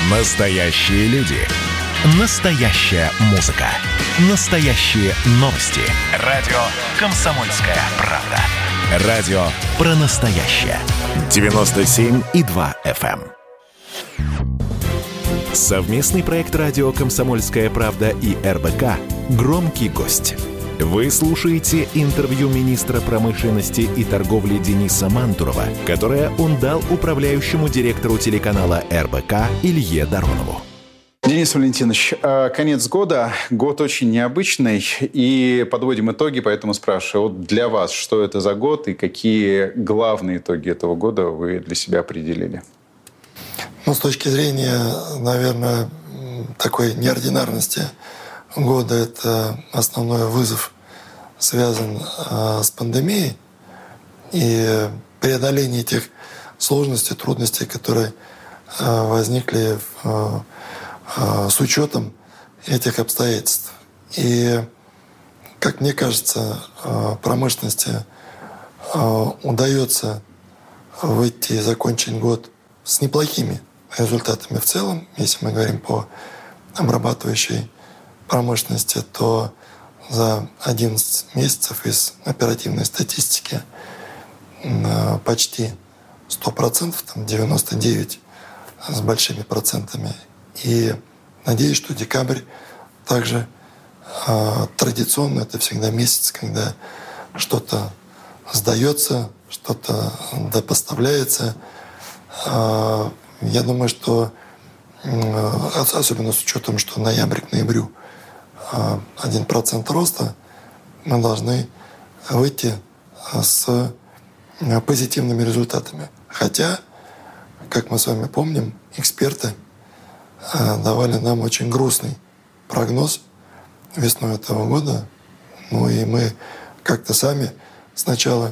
Настоящие люди. Настоящая музыка. Настоящие новости. Радио «Комсомольская правда». Радио про настоящее. 97,2 FM. Совместный проект радио «Комсомольская правда» и РБК «Громкий гость». Вы слушаете интервью министра промышленности и торговли Дениса Мантурова, которое он дал управляющему директору телеканала РБК Илье Доронову. Денис Валентинович, конец года, год очень необычный, и подводим итоги, поэтому спрашиваю, вот для вас, что это за год и какие главные итоги этого года вы для себя определили? Ну, с точки зрения, наверное, такой неординарности года, это основной вызов связан с пандемией и преодоление тех сложностей, трудностей, которые возникли с учетом этих обстоятельств. И, как мне кажется, промышленности удается выйти и закончить год с неплохими результатами в целом. Если мы говорим по обрабатывающей промышленности, то за 11 месяцев из оперативной статистики почти 100%, там 99% с большими процентами. И надеюсь, что декабрь также традиционно, это всегда месяц, когда что-то сдается, что-то допоставляется. Я думаю, что особенно с учетом, что ноябрь к ноябрю 1% роста, мы должны выйти с позитивными результатами. Хотя, как мы с вами помним, эксперты давали нам очень грустный прогноз весной этого года. Ну и мы как-то сами сначала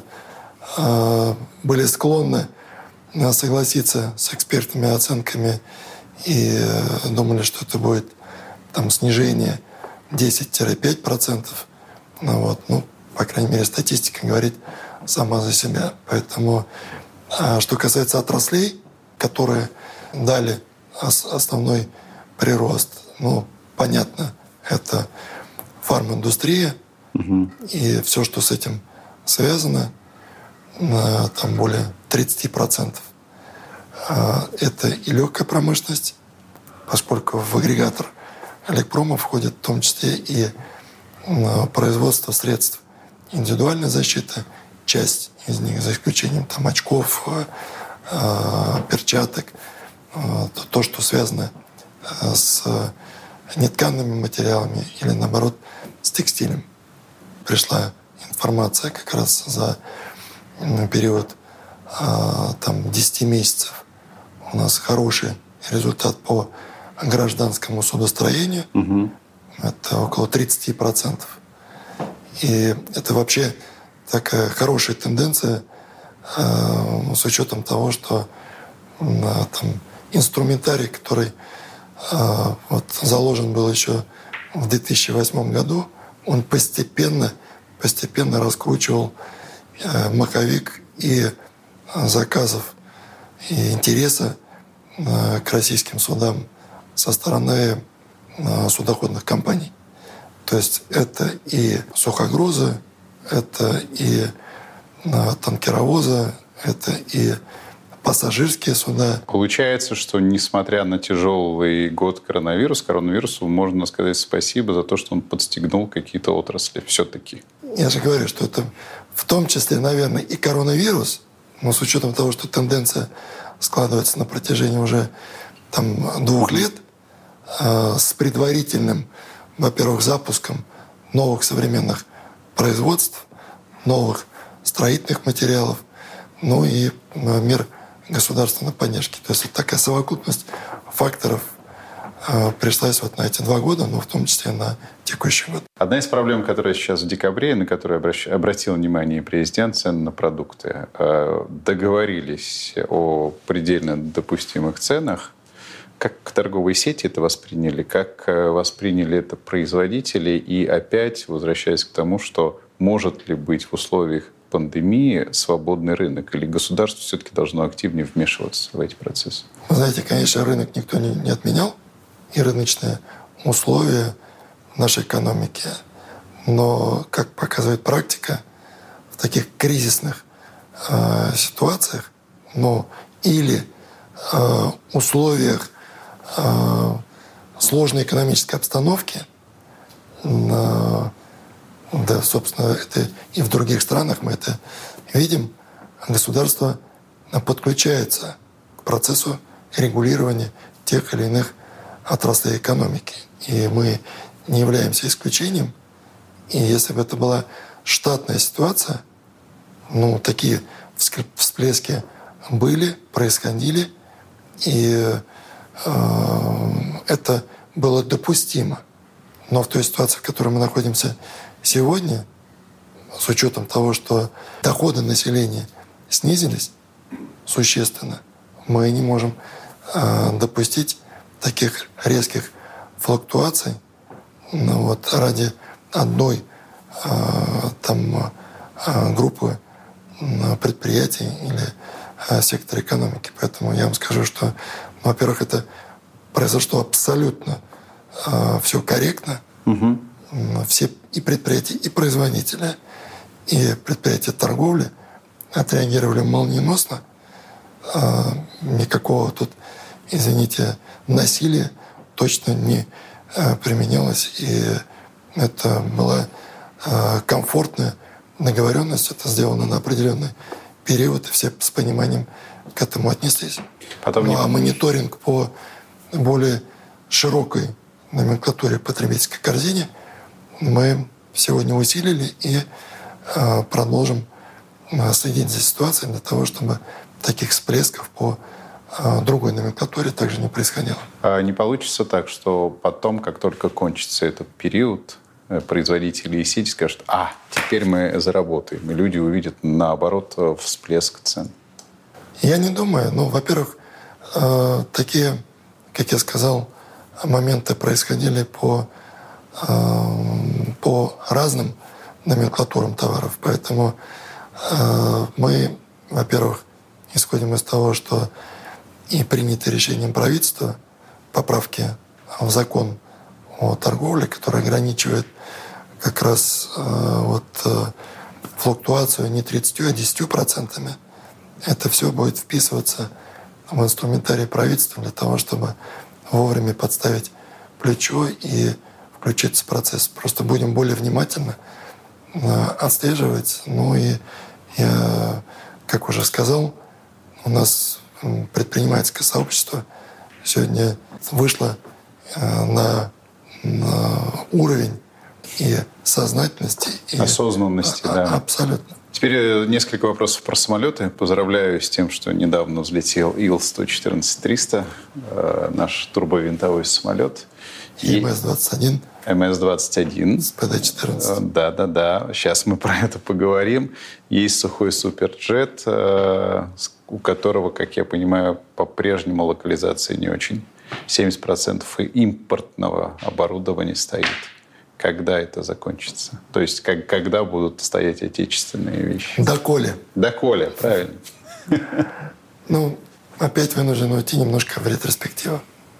были склонны согласиться с экспертными оценками и думали, что это будет там снижение 10-5%. Ну, по крайней мере, статистика говорит сама за себя. Поэтому, что касается отраслей, которые дали основной прирост, понятно, это фарминдустрия и все, что с этим связано, там более 30%. Это и легкая промышленность, поскольку в агрегатор Элекпрома входит в том числе и производство средств индивидуальной защиты, часть из них, за исключением там очков, перчаток, то, что связано с нетканными материалами или, наоборот, с текстилем. Пришла информация как раз за период 10 месяцев. У нас хороший результат по гражданскому судостроению. Это около 30%. И это вообще такая хорошая тенденция с учетом того, что там инструментарий, который заложен был еще в 2008 году, он постепенно раскручивал маховик и заказов, и интереса к российским судам со стороны судоходных компаний. То есть это и сухогрузы, это и танкеровозы, это и пассажирские суда. Получается, что несмотря на тяжелый год коронавирусу, можно сказать спасибо за то, что он подстегнул какие-то отрасли все-таки. Я же говорю, что это в том числе, наверное, и коронавирус, но с учетом того, что тенденция складывается на протяжении уже 2 лет с предварительным, во-первых, запуском новых современных производств, новых строительных материалов, и мер государственной поддержки. То есть вот такая совокупность факторов пришлась на эти 2 года, но в том числе на текущий год. Одна из проблем, которая сейчас в декабре, на которую обратил внимание президент, цены на продукты. Договорились о предельно допустимых ценах. Как торговые сети это восприняли? Как восприняли это производители? И опять, возвращаясь к тому, что может ли быть в условиях пандемии свободный рынок? Или государство все-таки должно активнее вмешиваться в эти процессы? Вы знаете, конечно, рынок никто не отменял, и рыночные условия нашей экономики. Но, как показывает практика, в таких кризисных ситуациях, или условиях сложной экономической обстановки, да, собственно, это и в других странах мы это видим, государство подключается к процессу регулирования тех или иных отраслей экономики. И мы не являемся исключением. И если бы это была штатная ситуация, такие всплески были, происходили, и это было допустимо. Но в той ситуации, в которой мы находимся сегодня, с учетом того, что доходы населения снизились существенно, мы не можем допустить таких резких флуктуаций ради одной группы предприятий или сектора экономики. Поэтому я вам скажу, что, во-первых, это произошло абсолютно все корректно. Угу. Все и предприятия, и производители, и предприятия торговли отреагировали молниеносно. Никакого тут, извините, насилия точно не применялось. И это была комфортная договоренность. Это сделано на определенный период, и все с пониманием к этому отнеслись. А мониторинг по более широкой номенклатуре потребительской корзине мы сегодня усилили и продолжим следить за ситуацией для того, чтобы таких всплесков по другой номенклатуре также не происходило. А не получится так, что потом, как только кончится этот период, производители и сети скажут: теперь мы заработаем, и люди увидят, наоборот, всплеск цен? Я не думаю. Во-первых, такие, как я сказал, моменты происходили по разным номенклатурам товаров. Поэтому мы, во-первых, исходим из того, что и принято решением правительства поправки в закон о торговле, который ограничивает как раз флуктуацию не 30, а 10%. Это все будет вписываться в инструментарий правительства для того, чтобы вовремя подставить плечо и включиться в процесс. Просто будем более внимательно отслеживать. И я, как уже сказал, у нас предпринимательское сообщество сегодня вышло на уровень и сознательности, и осознанности, да. Абсолютно. Теперь несколько вопросов про самолеты. Поздравляю с тем, что недавно взлетел Ил-114-300, наш турбовинтовой самолет. И МС-21. МС-21. С ПД-14. Да. Сейчас мы про это поговорим. Есть сухой суперджет, у которого, как я понимаю, по-прежнему локализация не очень. 70% импортного оборудования стоит. Когда это закончится? То есть, когда будут стоять отечественные вещи? Доколе, правильно. Опять вынужден уйти немножко в ретроспективу.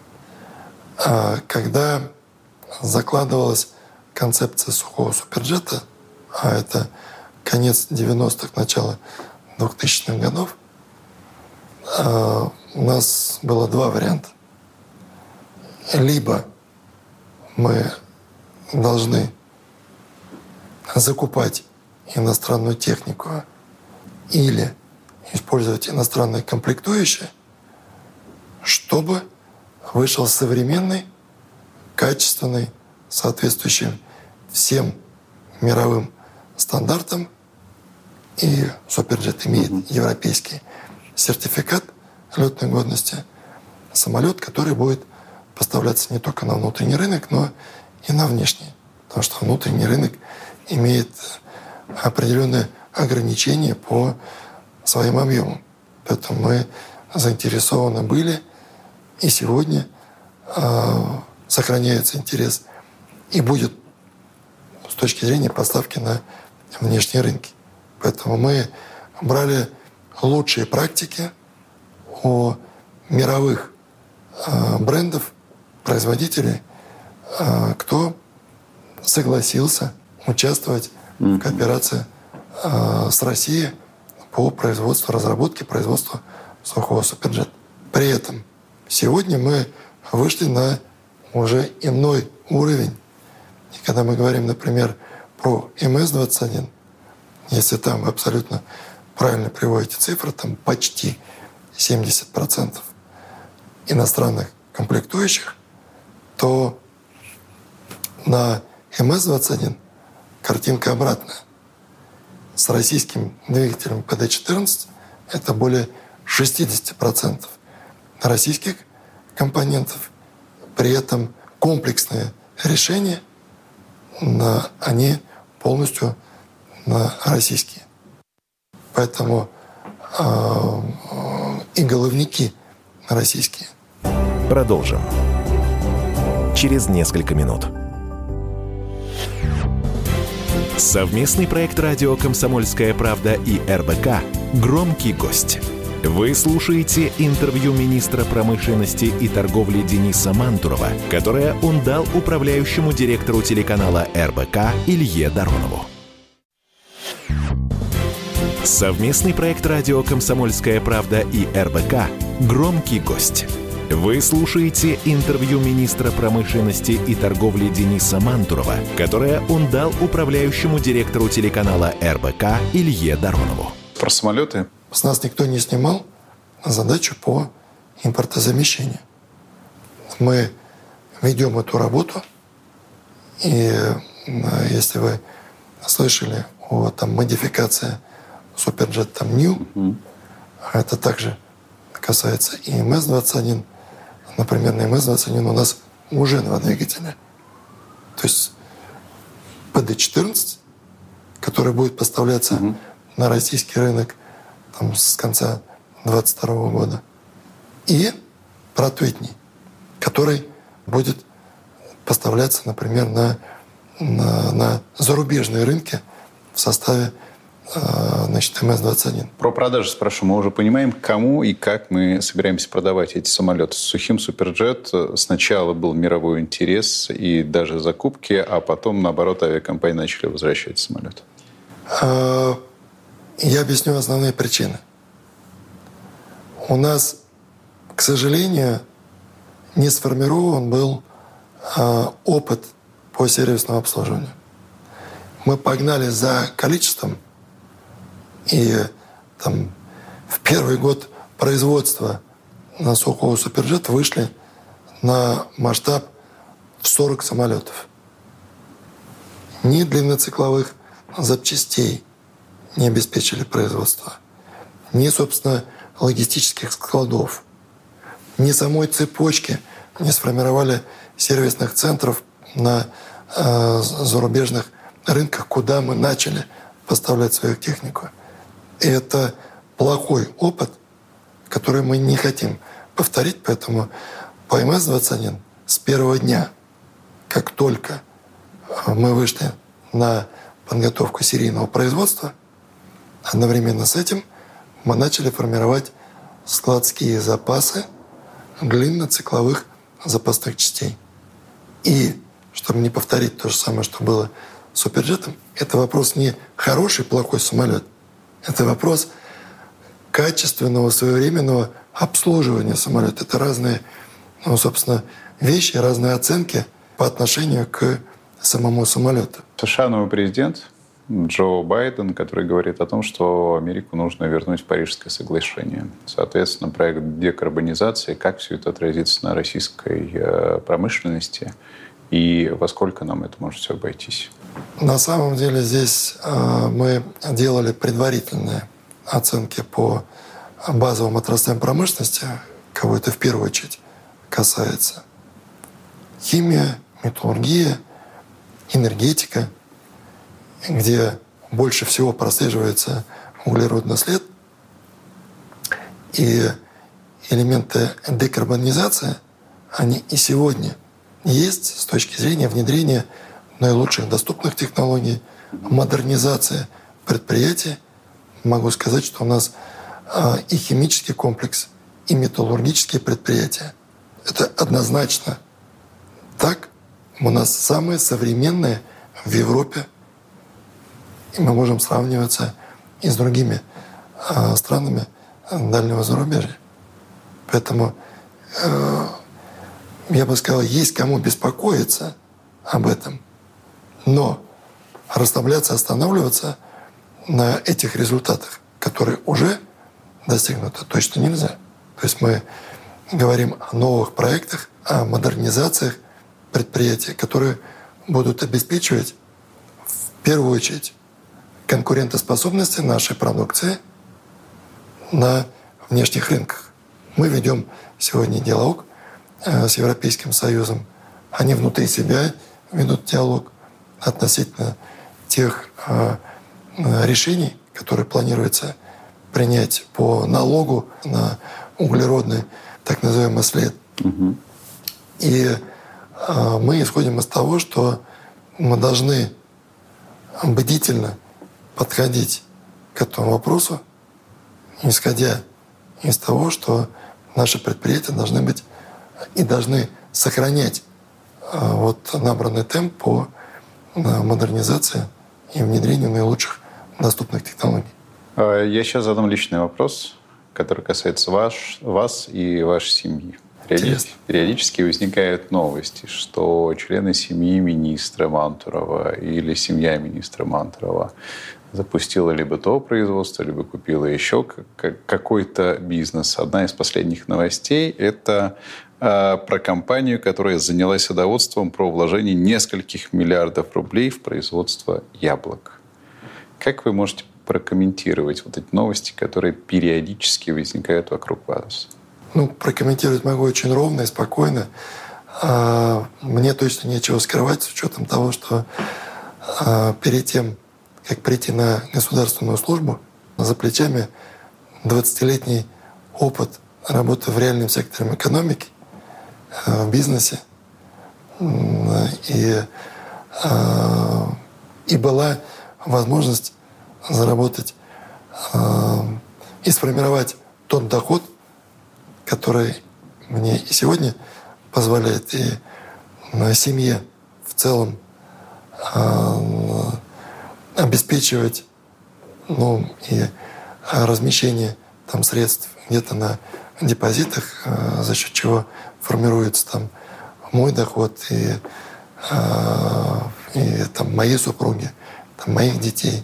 Когда закладывалась концепция сухого суперджета, а это конец 90-х, начало 2000-х годов, у нас было два варианта. Либо мы должны закупать иностранную технику или использовать иностранные комплектующие, чтобы вышел современный, качественный, соответствующий всем мировым стандартам, и суперджет имеет европейский сертификат летной годности, самолет, который будет поставляться не только на внутренний рынок, но и на внешний. Потому что внутренний рынок имеет определенные ограничения по своим объемам. Поэтому мы заинтересованы были, и сегодня сохраняется интерес и будет с точки зрения поставки на внешние рынки. Поэтому мы брали лучшие практики у мировых брендов, производителей, кто согласился участвовать в кооперации с Россией по производству, разработке, производству сухого суперджета. При этом сегодня мы вышли на уже иной уровень. И когда мы говорим, например, про МС-21, если там вы абсолютно правильно приводите цифры, там почти 70% иностранных комплектующих, то на МС-21 картинка обратная. С российским двигателем ПД-14 это более 60% российских компонентов. При этом комплексные решения, они полностью российские. Поэтому и головники российские. Продолжим. Через несколько минут. Совместный проект радио «Комсомольская правда» и РБК «Громкий гость». Вы слушаете интервью министра промышленности и торговли Дениса Мантурова, которое он дал управляющему директору телеканала РБК Илье Доронову. Совместный проект радио «Комсомольская правда» и РБК «Громкий гость». Вы слушаете интервью министра промышленности и торговли Дениса Мантурова, которое он дал управляющему директору телеканала РБК Илье Доронову. Про самолеты. С нас никто не снимал задачу по импортозамещению. Мы ведем эту работу, и если вы слышали о модификации Суперджет Нью, это также касается и МС-21. Например, на МС-21 у нас уже два двигателя. То есть ПД-14, который будет поставляться на российский рынок с конца 2022 года, и Pratt & Whitney, который будет поставляться, например, на зарубежные рынки в составе МС-21. Про продажи спрошу. Мы уже понимаем, кому и как мы собираемся продавать эти самолеты. С сухим Суперджет сначала был мировой интерес и даже закупки, а потом, наоборот, авиакомпании начали возвращать самолеты. Я объясню основные причины. У нас, к сожалению, не сформирован был опыт по сервисному обслуживанию. Мы погнали за количеством, и в первый год производства на сухого Суперджет вышли на масштаб в 40 самолетов. Ни длинноцикловых запчастей не обеспечили производство, ни, собственно, логистических складов, ни самой цепочки не сформировали сервисных центров на зарубежных рынках, куда мы начали поставлять свою технику. И это плохой опыт, который мы не хотим повторить. Поэтому по МС-21 с первого дня, как только мы вышли на подготовку серийного производства, одновременно с этим мы начали формировать складские запасы длинноцикловых запасных частей. И, чтобы не повторить то же самое, что было с Суперджетом, это вопрос не хороший, плохой самолет. Это вопрос качественного, своевременного обслуживания самолета. Это разные, собственно, вещи, разные оценки по отношению к самому самолету. США новый президент Джо Байден, который говорит о том, что Америку нужно вернуть в Парижское соглашение. Соответственно, проект декарбонизации, как все это отразится на российской промышленности и во сколько нам это может все обойтись? На самом деле здесь мы делали предварительные оценки по базовым отраслям промышленности, кого это в первую очередь касается. Химия, металлургия, энергетика, где больше всего прослеживается углеродный след. И элементы декарбонизации, они и сегодня есть с точки зрения внедрения наилучших доступных технологий, модернизация предприятий могу сказать, что у нас и химический комплекс, и металлургические предприятия. Это однозначно так. У нас самые современные в Европе. И мы можем сравниваться и с другими странами дальнего зарубежья. Поэтому я бы сказал, есть кому беспокоиться об этом. Но расслабляться, останавливаться на этих результатах, которые уже достигнуты, точно нельзя. То есть мы говорим о новых проектах, о модернизациях предприятий, которые будут обеспечивать в первую очередь конкурентоспособность нашей продукции на внешних рынках. Мы ведем сегодня диалог с Европейским Союзом. Они внутри себя ведут диалог относительно тех решений, которые планируется принять по налогу на углеродный так называемый след. И мы исходим из того, что мы должны бдительно подходить к этому вопросу, исходя из того, что наши предприятия должны быть и должны сохранять набранный темп по модернизации и внедрению наилучших доступных технологий. Я сейчас задам личный вопрос, который касается вас и вашей семьи. Периодически возникают новости, что члены семьи министра Мантурова или семья министра Мантурова запустила либо то производство, либо купила еще какой-то бизнес. Одна из последних новостей – это про компанию, которая занялась садоводством, про вложение нескольких миллиардов рублей в производство яблок. Как вы можете прокомментировать вот эти новости, которые периодически возникают вокруг вас? Прокомментировать могу очень ровно и спокойно. Мне точно нечего скрывать с учетом того, что перед тем, как прийти на государственную службу, за плечами 20-летний опыт работы в реальном секторе экономики, в бизнесе. И была возможность заработать и сформировать тот доход, который мне и сегодня позволяет и семье в целом обеспечивать и размещение средств где-то на депозитах, за счет чего формируется мой доход и моей супруги, моих детей,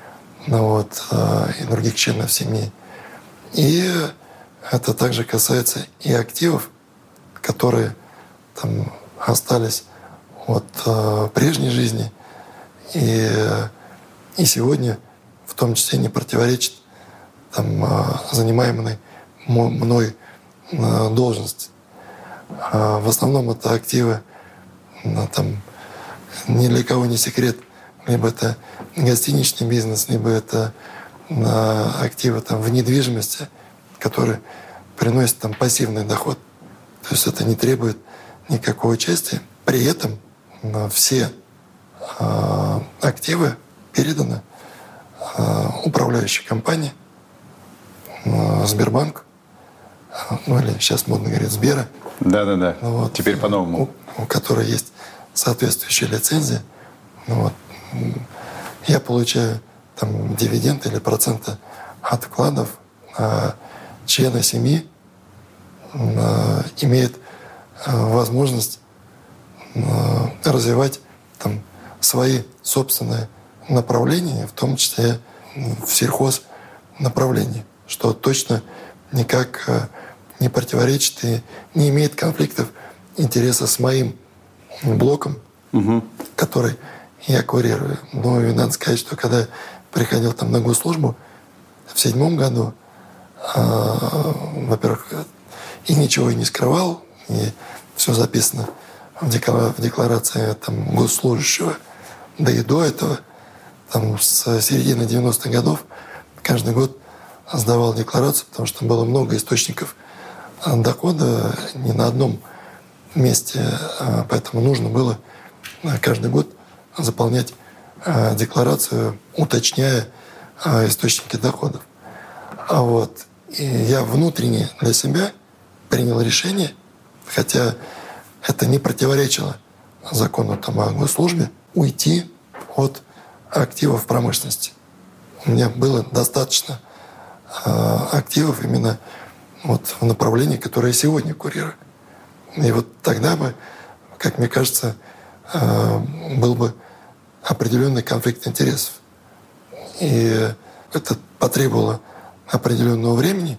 и других членов семьи. И это также касается и активов, которые остались от прежней жизни и сегодня в том числе не противоречит занимаемой мной должности. В основном это активы, ни для кого не секрет, либо это гостиничный бизнес, либо это активы в недвижимости, которые приносят пассивный доход. То есть это не требует никакого участия. При этом все активы переданы управляющей компании Сбербанк, или сейчас модно говорить Сбера. Да. Теперь по-новому. У которой есть соответствующая лицензия. Я получаю дивиденды или проценты от вкладов. Члены семьи имеют возможность развивать свои собственные направления, в том числе в сельхознаправлении, что точно никак не противоречит и не имеет конфликтов интереса с моим блоком, который я курирую. И надо сказать, что когда я приходил на госслужбу в 2007 году, во-первых, и ничего и не скрывал, и все записано в декларации госслужащего, да и до этого, с середины 90-х годов, каждый год сдавал декларацию, потому что было много источников дохода не на одном месте, поэтому нужно было каждый год заполнять декларацию, уточняя источники доходов. И я внутренне для себя принял решение, хотя это не противоречило закону о госслужбе, уйти от активов промышленности. У меня было достаточно активов именно в направлении, которое я сегодня курирую. И тогда бы, как мне кажется, был бы определенный конфликт интересов. И это потребовало определенного времени,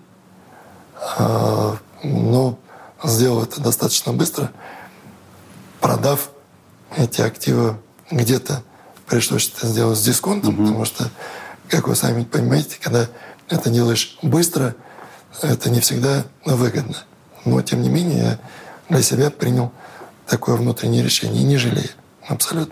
но сделал это достаточно быстро, продав эти активы где-то. Пришлось это сделать с дисконтом, потому что, как вы сами понимаете, когда это делаешь быстро, это не всегда выгодно. Но, тем не менее, я для себя принял такое внутреннее решение и не жалею абсолютно.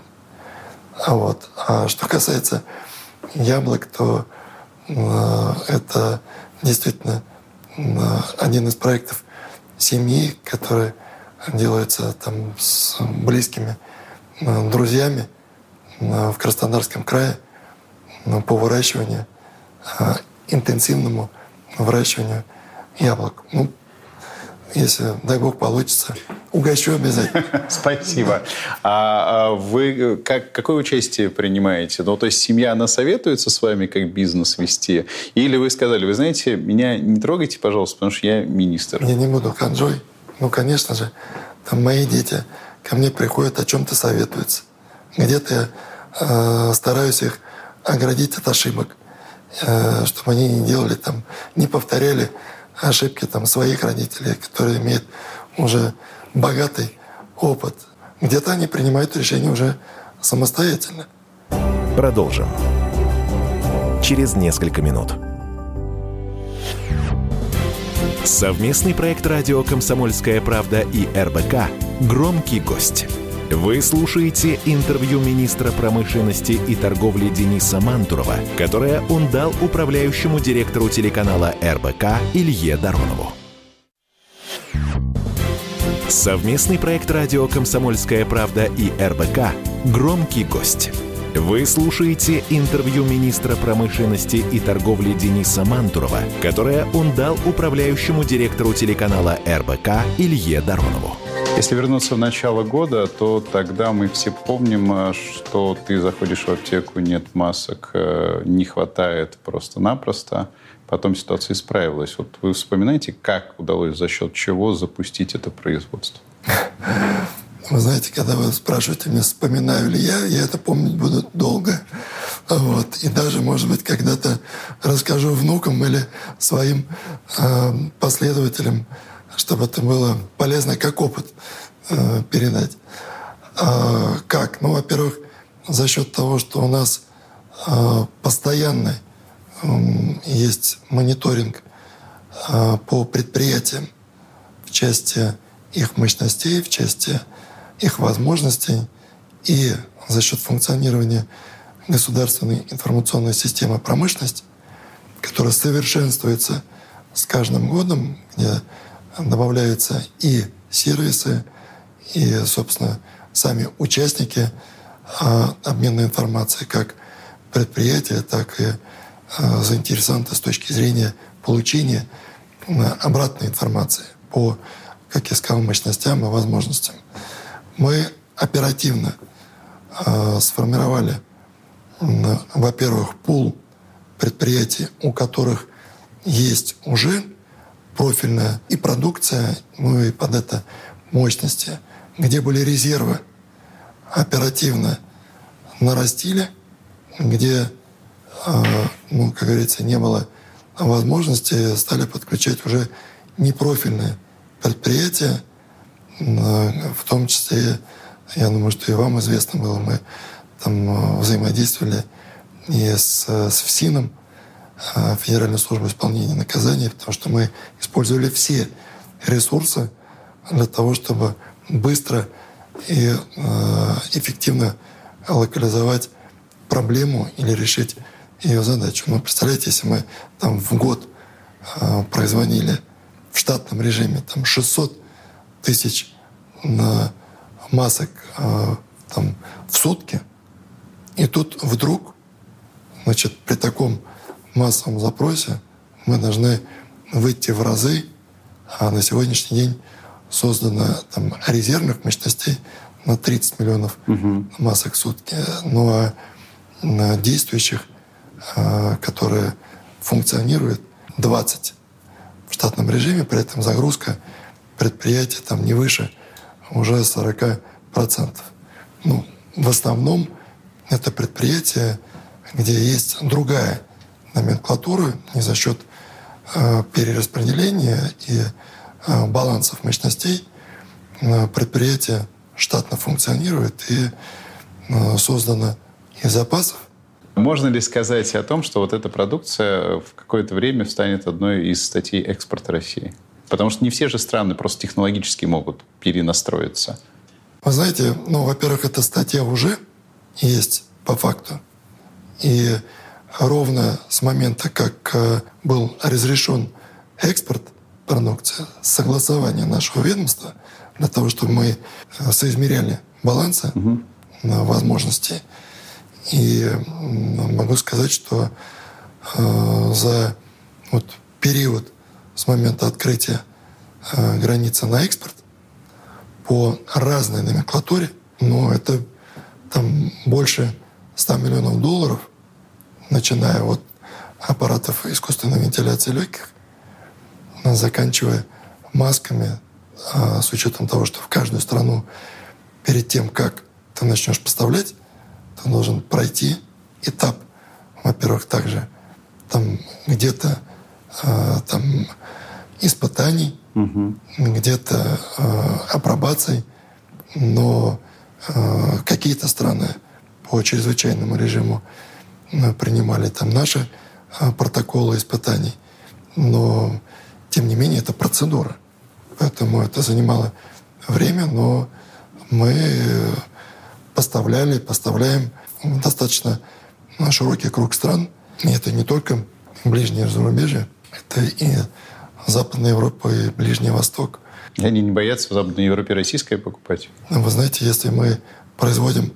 А что касается яблок, то это действительно один из проектов семьи, который делается с близкими друзьями в Краснодарском крае по выращиванию, интенсивному выращиванию яблок. Если, дай бог, получится, угощу обязательно. Спасибо. А вы какое участие принимаете? То есть семья, она советуется с вами, как бизнес вести? Или вы сказали, вы знаете, меня не трогайте, пожалуйста, потому что я министр? Я не буду ханжой. Конечно же, мои дети ко мне приходят, о чем-то советуются. Где-то я стараюсь их оградить от ошибок, чтобы они не делали, не повторяли ошибки своих родителей, которые имеют уже богатый опыт. Где-то они принимают решения уже самостоятельно. Продолжим. Через несколько минут. Совместный проект радио «Комсомольская правда» и РБК «Громкий гость». Вы слушаете интервью министра промышленности и торговли Дениса Мантурова, которое он дал управляющему директору телеканала РБК Илье Доронову. Совместный проект радио «Комсомольская правда» и РБК «Громкий гость». Вы слушаете интервью министра промышленности и торговли Дениса Мантурова, которое он дал управляющему директору телеканала РБК Илье Доронову. Если вернуться в начало года, то тогда мы все помним, что ты заходишь в аптеку, нет масок, не хватает просто-напросто. Потом ситуация исправилась. Вы вспоминаете, как удалось, за счет чего запустить это производство? Вы знаете, когда вы спрашиваете меня, вспоминаю ли я это помнить буду долго. И даже, может быть, когда-то расскажу внукам или своим последователям, чтобы это было полезно, как опыт передать. Как? Во-первых, за счет того, что у нас постоянный есть мониторинг по предприятиям в части их мощностей, в части их возможностей, и за счет функционирования государственной информационной системы промышленности, которая совершенствуется с каждым годом, где добавляются и сервисы, и, собственно, сами участники обмена информацией, как предприятия, так и заинтересованные с точки зрения получения обратной информации по, как я сказал, мощностям и возможностям. Мы оперативно сформировали, во-первых, пул предприятий, у которых есть уже профильная и продукция, и под это мощности, где были резервы, оперативно нарастили, где, как говорится, не было возможности, стали подключать уже непрофильные предприятия, в том числе, я думаю, что и вам известно было, мы там взаимодействовали и с ФСИНом, Федеральной службой исполнения наказаний, потому что мы использовали все ресурсы для того, чтобы быстро и эффективно локализовать проблему или решить ее задачу. Представляете, если мы в год производили в штатном режиме 600 тысяч масок в сутки, и тут вдруг, при таком массовом запросе мы должны выйти в разы, а на сегодняшний день создано там резервных мощностей на 30 миллионов масок в сутки. Ну а на действующих, которые функционируют, 20 в штатном режиме, при этом загрузка предприятия там не выше уже 40%. Ну, в основном это предприятия, где есть другая номенклатура, не за счет перераспределения и балансов мощностей предприятие штатно функционирует и создано из запасов. Можно ли сказать о том, что вот эта продукция в какое-то время станет одной из статей экспорта России? Потому что не все же страны просто технологически могут перенастроиться. Вы знаете, ну, во-первых, эта статья уже есть по факту. И ровно с момента, как был разрешен экспорт продукции, согласование нашего ведомства для того, чтобы мы соизмеряли балансы возможностей. И могу сказать, что за вот период с момента открытия границы на экспорт по разной номенклатуре, ну, это там больше 100 миллионов долларов, начиная от аппаратов искусственной вентиляции легких, заканчивая масками, с учетом того, что в каждую страну перед тем, как ты начнешь поставлять, ты должен пройти этап, во-первых, также там где-то там испытаний, где-то апробаций, но какие-то страны по чрезвычайному режиму принимали там наши протоколы испытаний, но тем не менее это процедура, поэтому это занимало время, но мы поставляем в достаточно широкий круг стран. И это не только ближнее зарубежье, это и Западная Европа, и Ближний Восток. И они не боятся в Западной Европе российское покупать? Вы знаете, если мы производим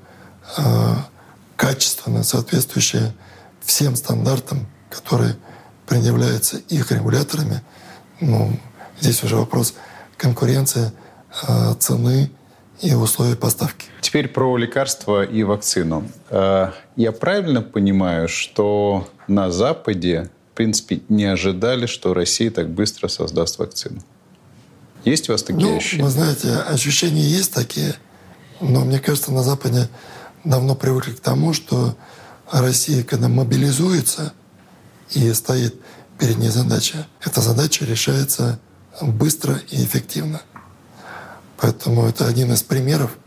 качественно соответствующее всем стандартам, которые предъявляются их регуляторами, ну, здесь уже вопрос конкуренции, цены и условий поставки. Теперь про лекарства и вакцину. Я правильно понимаю, что на Западе, в принципе, не ожидали, что Россия так быстро создаст вакцину? Есть у вас такие ощущения? Вы знаете, ощущения есть такие, но мне кажется, на Западе давно привыкли к тому, что Россия, когда мобилизуется и стоит перед ней задача, эта задача решается быстро и эффективно. Поэтому это один из примеров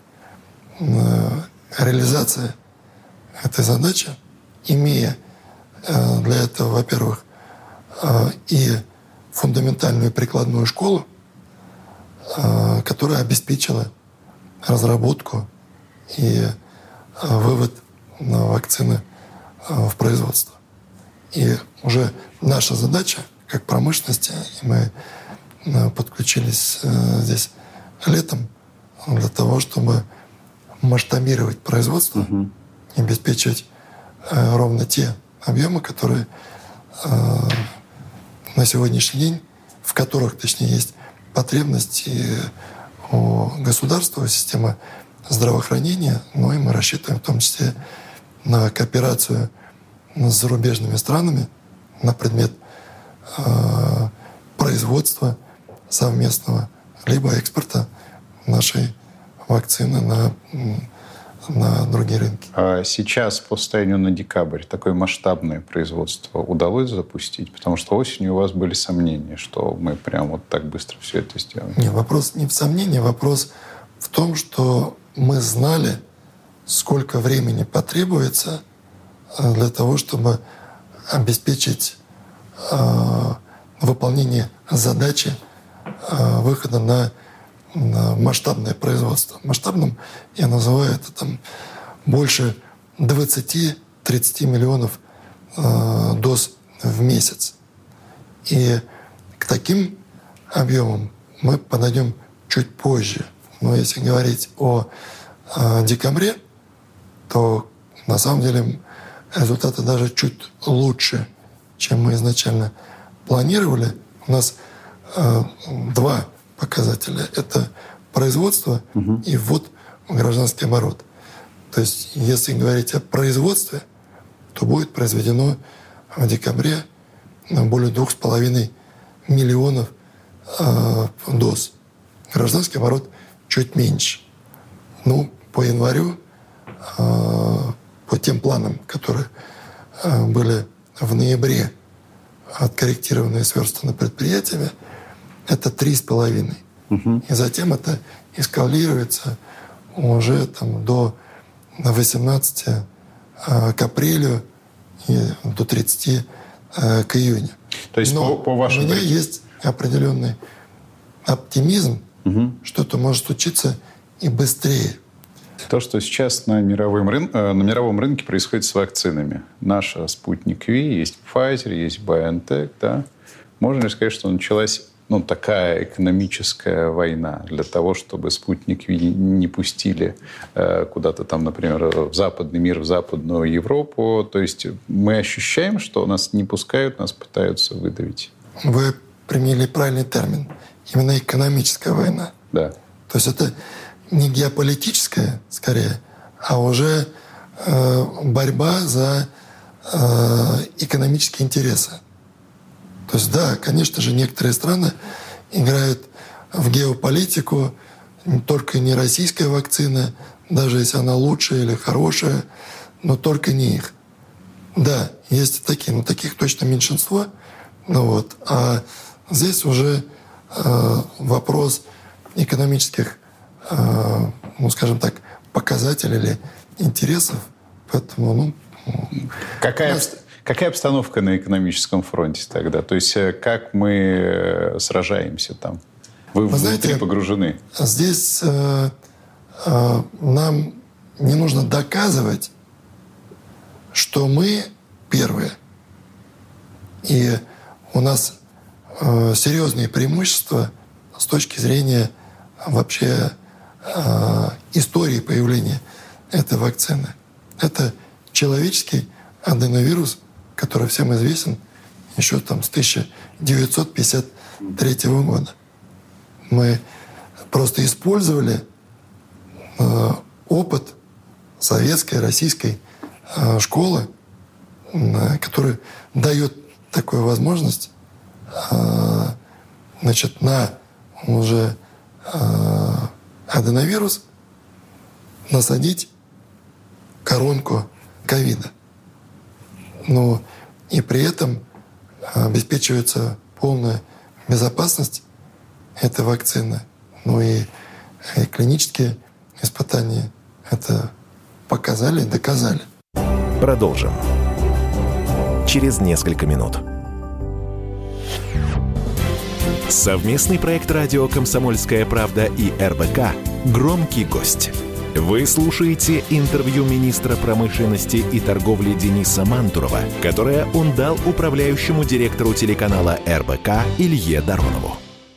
реализации этой задачи, имея для этого, во-первых, и фундаментальную прикладную школу, которая обеспечила разработку и вывод вакцины в производство. И уже наша задача, как промышленности, и мы подключились здесь летом для того, чтобы масштабировать производство и обеспечивать ровно те объемы, которые на сегодняшний день, в которых, точнее, есть потребность и у государства, у системы здравоохранения, но и мы рассчитываем в том числе на кооперацию с зарубежными странами на предмет производства совместного либо экспорта нашей вакцины на другие рынки. А сейчас, по состоянию на декабрь, такое масштабное производство удалось запустить? Потому что осенью у вас были сомнения, что мы прям вот так быстро все это сделаем. Нет, вопрос не в сомнении, вопрос в том, что мы знали, сколько времени потребуется для того, чтобы обеспечить выполнение задачи выхода на масштабное производство. Масштабным я называю это там больше 20-30 миллионов доз в месяц. И к таким объемам мы подойдем чуть позже. Но если говорить о декабре, то на самом деле результаты даже чуть лучше, чем мы изначально планировали. У нас два показателя. Это производство и ввод в гражданский оборот. То есть, если говорить о производстве, то будет произведено в декабре более 2,5 миллионов доз. Гражданский оборот чуть меньше. Ну, по январю, по тем планам, которые были в ноябре откорректированы и сверстаны предприятиями, это 3,5. И затем это эскалируется уже там, до 18 к апрелю и до 30 к июню. То есть но по вашим... у меня есть определенный оптимизм, что это может случиться и быстрее. То, что сейчас на мировом рынке происходит с вакцинами. Наша «Спутник Ви», есть Pfizer, есть BioNTech, да? Можно ли сказать, что началась такая экономическая война для того, чтобы «Спутник Ви» не пустили куда-то там, например, в западный мир, в Западную Европу? То есть мы ощущаем, что нас не пускают, нас пытаются выдавить? Вы применили правильный термин. Именно экономическая война. Да. То есть это не геополитическая, скорее, а уже борьба за экономические интересы. То есть, да, конечно же, некоторые страны играют в геополитику, только не российская вакцина, даже если она лучшая или хорошая, но только не их. Да, есть и такие, но таких точно меньшинство. А здесь уже вопрос экономических, скажем так, показателей или интересов. Поэтому, Какая обстановка на экономическом фронте тогда? То есть как мы сражаемся там? Вы внутри погружены? Здесь нам не нужно доказывать, что мы первые. И у нас серьезные преимущества с точки зрения вообще истории появления этой вакцины. Это человеческий аденовирус, который всем известен еще там с 1953 года. Мы просто использовали опыт советской, российской школы, который дает такую возможность на уже аденовирус насадить коронку ковида. И при этом обеспечивается полная безопасность этой вакцины. И клинические испытания это показали и доказали. Продолжим. Через несколько минут. Совместный проект радио «Комсомольская правда» и РБК «Громкий гость». Вы слушаете интервью министра промышленности и торговли Дениса Мантурова, которое он дал управляющему директору телеканала РБК Илье Доронову.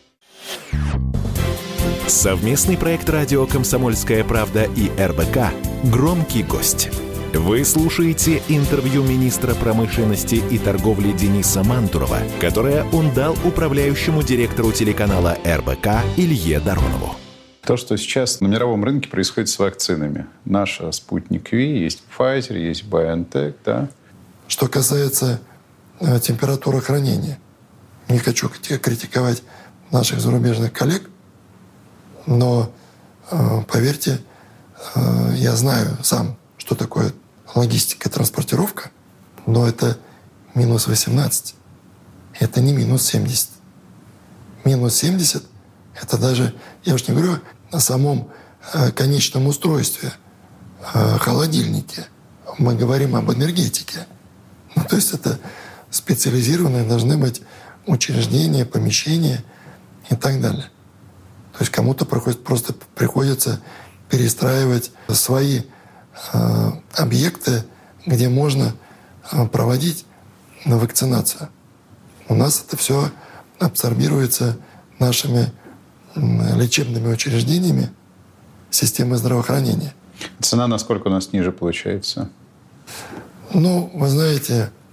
Совместный проект радио «Комсомольская правда» и РБК «Громкий гость». Вы слушаете интервью министра промышленности и торговли Дениса Мантурова, которое он дал управляющему директору телеканала РБК Илье Доронову. То, что сейчас на мировом рынке происходит с вакцинами. Наша «Спутник Ви», есть Pfizer, есть BioNTech, да? Что касается температуры хранения, не хочу критиковать наших зарубежных коллег, но, поверьте, я знаю сам, что такое логистика и транспортировка, но это минус 18. Это не минус 70. Минус 70 — это даже, я уж не говорю о самом конечном устройстве, холодильнике. Мы говорим об энергетике. То есть это специализированные должны быть учреждения, помещения и так далее. То есть кому-то просто приходится перестраивать свои объекты, где можно проводить вакцинацию. У нас это все абсорбируется нашими лечебными учреждениями системы здравоохранения. Цена насколько у нас ниже получается? Вы знаете,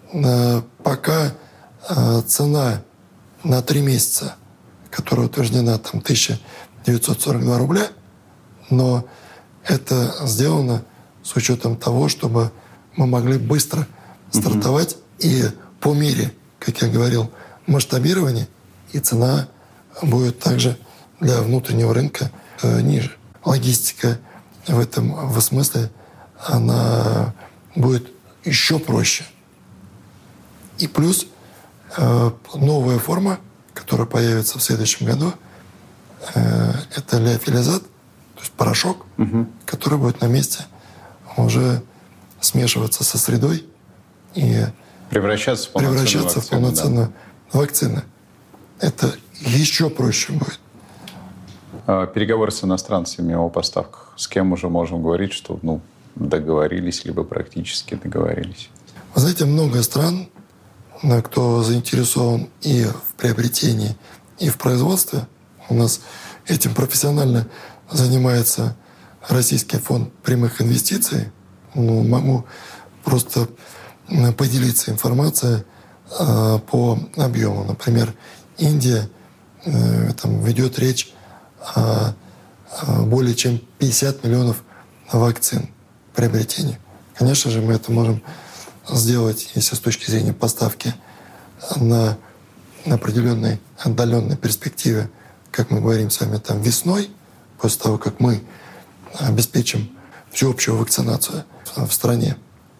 пока цена на 3 месяца, которая утверждена там 1942 рубля, но это сделано с учетом того, чтобы мы могли быстро стартовать и по мере, как я говорил, масштабирования, и цена будет также для внутреннего рынка ниже. Логистика в этом смысле она будет еще проще. И плюс новая форма, которая появится в следующем году, это лиофилизат, то есть порошок, который будет на месте уже смешиваться со средой и превращаться в полноценную вакцину. Это еще проще будет. Переговоры с иностранцами о поставках. С кем уже можем говорить, что договорились, либо практически договорились? Вы знаете, много стран, кто заинтересован и в приобретении, и в производстве. У нас этим профессионально занимается Российский фонд прямых инвестиций. Могу просто поделиться информацией по объему. Например, Индия ведет речь о более чем 50 миллионов вакцин приобретению. Конечно же, мы это можем сделать, если с точки зрения поставки на определенной отдаленной перспективе, как мы говорим с вами, весной, после того, как мы обеспечим всеобщую вакцинацию в стране.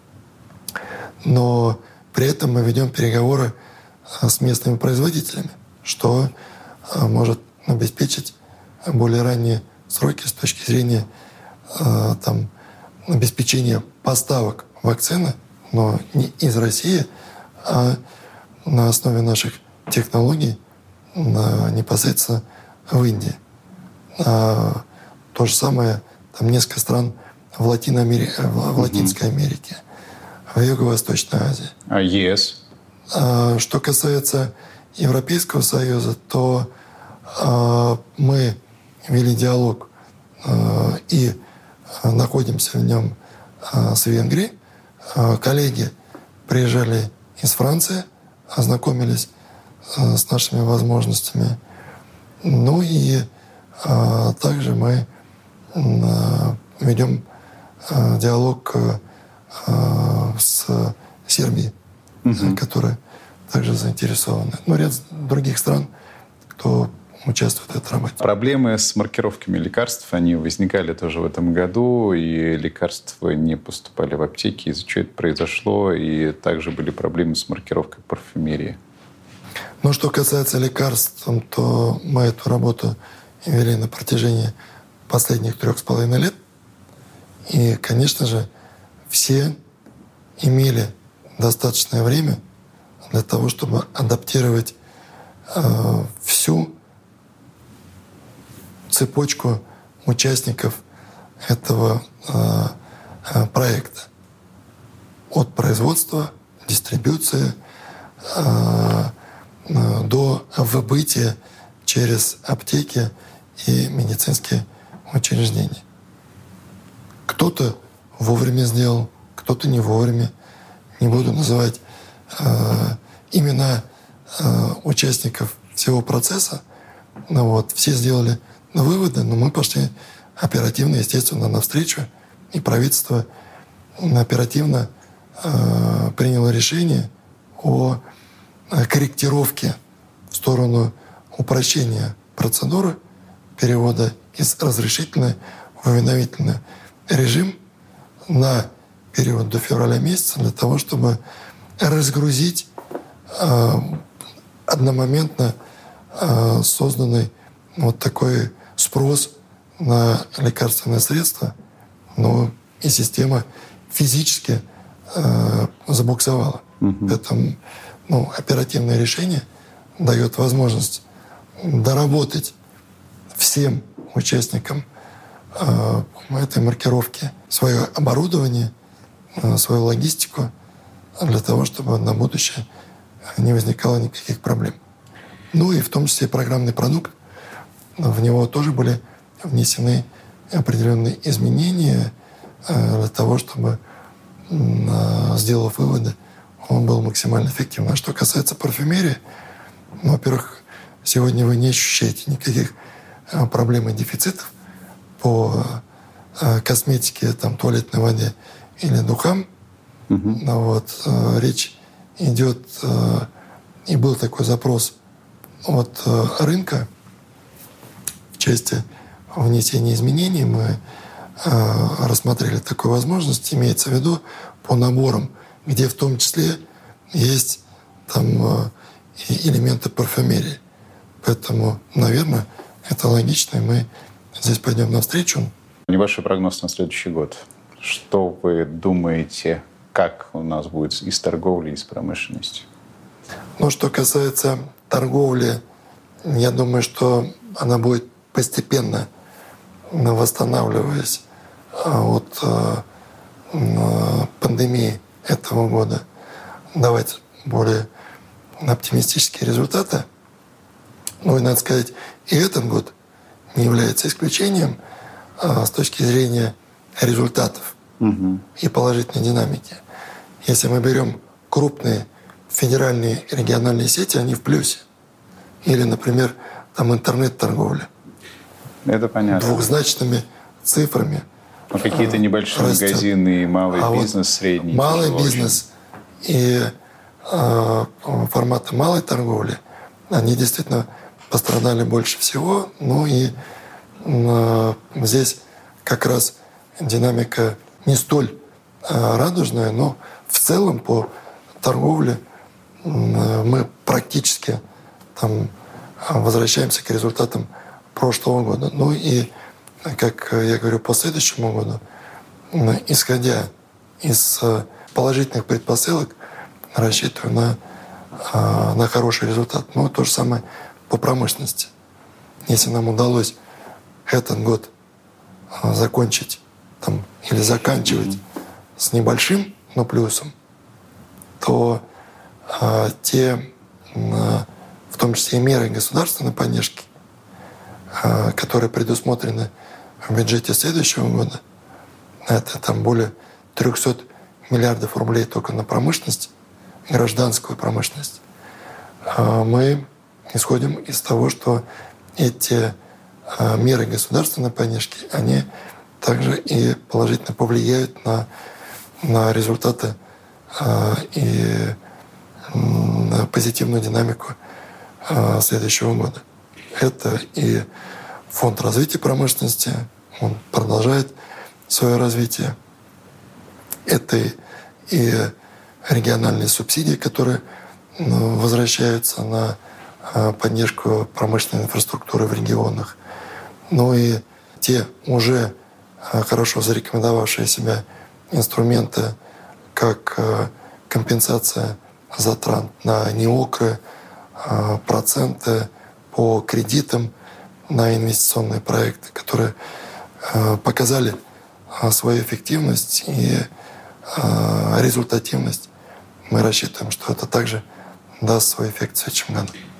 Но при этом мы ведем переговоры с местными производителями, что может обеспечить более ранние сроки с точки зрения обеспечения поставок вакцины, но не из России, а на основе наших технологий непосредственно в Индии. То же самое несколько стран в Латинской Америке, в Юго-Восточной Азии. А ЕС? Что касается Европейского Союза, то мы вели диалог и находимся в нем с Венгрией. Коллеги приезжали из Франции, ознакомились с нашими возможностями. Ну и также мы ведем диалог с Сербией, которая также заинтересована. Ряд других стран, кто участвует в этой работе. Проблемы с маркировками лекарств, они возникали тоже в этом году, и лекарства не поступали в аптеки, из-за чего это произошло, и также были проблемы с маркировкой парфюмерии. Что касается лекарств, то мы эту работу вели на протяжении последних 3,5 лет. И, конечно же, все имели достаточное время для того, чтобы адаптировать всю цепочку участников этого проекта. От производства, дистрибуции до выбытия через аптеки и медицинские учреждения. Кто-то вовремя сделал, кто-то не вовремя. Не буду называть имена участников всего процесса. Все сделали выводы, но мы пошли оперативно, естественно, навстречу. И правительство оперативно приняло решение о корректировке в сторону упрощения процедуры перевода из разрешительного в уведомительный режим на период до февраля месяца для того, чтобы разгрузить одномоментно созданный такой спрос на лекарственные средства, и система физически забуксовала. Поэтому оперативное решение дает возможность доработать всем участникам этой маркировки свое оборудование, свою логистику для того, чтобы на будущее не возникало никаких проблем. И в том числе программный продукт. В него тоже были внесены определенные изменения для того, чтобы, сделав выводы, он был максимально эффективным. А что касается парфюмерии, ну, во-первых, сегодня вы не ощущаете никаких проблем и дефицитов по косметике, там, туалетной воде или духам. Вот, речь идет, и был такой запрос от рынка в части внесения изменений. Мы рассмотрели такую возможность, имеется в виду по наборам, где в том числе есть там элементы парфюмерии. Поэтому, наверное, это логично, и мы здесь пойдем навстречу. Небольшой прогноз на следующий год. Что вы думаете, как у нас будет и с торговлей, и с промышленностью? Ну, что касается торговли, я думаю, что она будет постепенно, восстанавливаясь от пандемии этого года, давать более оптимистические результаты. Ну и, надо сказать, и этот год не является исключением с точки зрения результатов и положительной динамики. Если мы берем крупные федеральные и региональные сети, они в плюсе. Или, например, там интернет-торговля. Это понятно. Двухзначными цифрами. Но какие-то небольшие магазины, малый бизнес, средний. Малый бизнес и форматы малой торговли, они действительно пострадали больше всего. Ну и здесь как раз динамика не столь радужная, но в целом по торговле мы практически там возвращаемся к результатам прошлого года. Ну и, как я говорю, по следующему году, исходя из положительных предпосылок, рассчитываю на хороший результат. Ну, то же самое по промышленности. Если нам удалось этот год закончить там, или заканчивать с небольшим, но плюсом, то те, в том числе и меры государственной поддержки, которые предусмотрены в бюджете следующего года, это там более 300 миллиардов рублей только на промышленность, гражданскую промышленность. Мы исходим из того, что эти меры государственной поддержки, они также и положительно повлияют на результаты и на позитивную динамику следующего года. Это и фонд развития промышленности, он продолжает свое развитие. Это и региональные субсидии, которые возвращаются на поддержку промышленной инфраструктуры в регионах. Ну и те уже хорошо зарекомендовавшие себя инструменты, как компенсация затрат на НИОКРы, проценты по кредитам на инвестиционные проекты, которые показали свою эффективность и результативность. Мы рассчитываем, что это также даст свой эффект в следующем году.